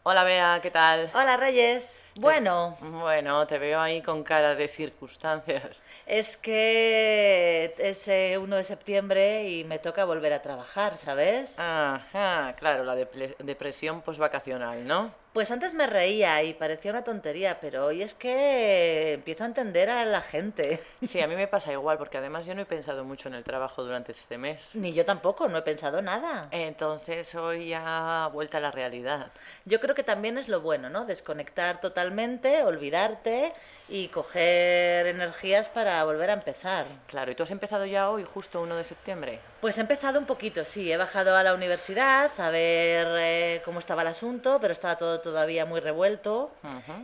Hola Bea, ¿qué tal? Hola Reyes. Bueno, te veo ahí con cara de circunstancias. Es que es 1 de septiembre y me toca volver a trabajar, ¿sabes? Ajá, claro, la depresión posvacacional, ¿no? Pues antes me reía y parecía una tontería, pero hoy es que empiezo a entender a la gente. Sí, a mí me pasa igual, porque además yo no he pensado mucho en el trabajo durante este mes. Ni yo tampoco, no he pensado nada. Entonces hoy ya vuelta a la realidad. Yo creo que también es lo bueno, ¿no? Desconectar totalmente, olvidarte y coger energías para volver a empezar. Claro, ¿y tú has empezado ya hoy, justo 1 de septiembre? Pues he empezado un poquito, sí. He bajado a la universidad a ver cómo estaba el asunto, pero estaba todo todavía muy revuelto Ujú.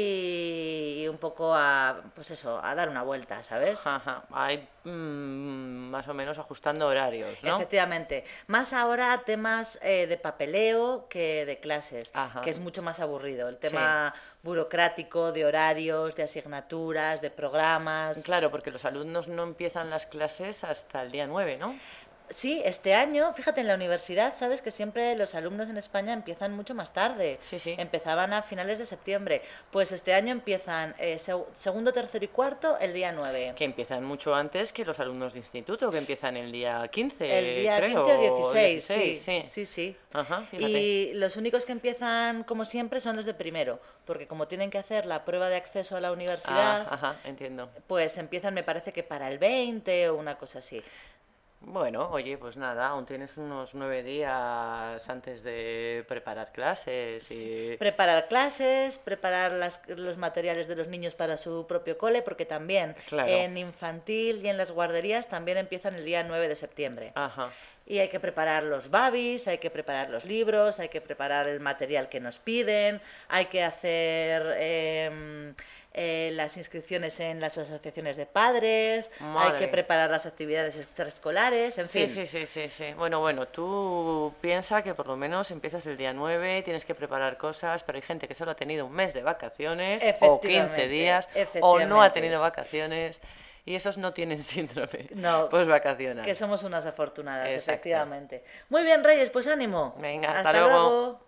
y un poco a, pues eso, a dar una vuelta, ¿sabes? Ajá, hay más o menos ajustando horarios, ¿no? Efectivamente. Más ahora temas de papeleo que de clases, Ajá, que es mucho más aburrido. El sí. tema burocrático, de horarios, de asignaturas, de programas. Claro, porque los alumnos no empiezan las clases hasta el día 9, ¿no? Sí, este año, fíjate, en la universidad, sabes que siempre los alumnos en España empiezan mucho más tarde. Sí, sí. Empezaban a finales de septiembre. Pues este año empiezan segundo, tercero y cuarto el día 9. Que empiezan mucho antes que los alumnos de instituto, que empiezan el día El 15, día creo, 15 o o 16, 16, sí, sí. sí, sí. Ajá, fíjate. Y los únicos que empiezan, como siempre, son los de primero, porque como tienen que hacer la prueba de acceso a la universidad, Ajá, entiendo. pues empiezan, me parece que para el 20 o una cosa así. Bueno, oye, pues nada, aún tienes unos 9 días antes de preparar clases Sí, y... preparar clases, preparar los materiales de los niños para su propio cole, porque también Claro, en infantil y en las guarderías también empiezan el día 9 de septiembre. ajá. Y hay que preparar los babis, hay que preparar los libros, hay que preparar el material que nos piden, hay que hacer las inscripciones en las asociaciones de padres, hay que Madre. preparar las actividades extraescolares, en Sí, fin. sí, sí, sí, sí. Bueno, tú piensa que por lo menos empiezas el día 9, tienes que preparar cosas, pero hay gente que solo ha tenido un mes de vacaciones, o 15 Efectivamente, días, o no ha efectivamente. tenido vacaciones, y esos no tienen síndrome No, que post-vacacional. somos unas afortunadas, Exacto. efectivamente. Muy bien, Reyes, pues ánimo. Venga, hasta Hasta luego. luego.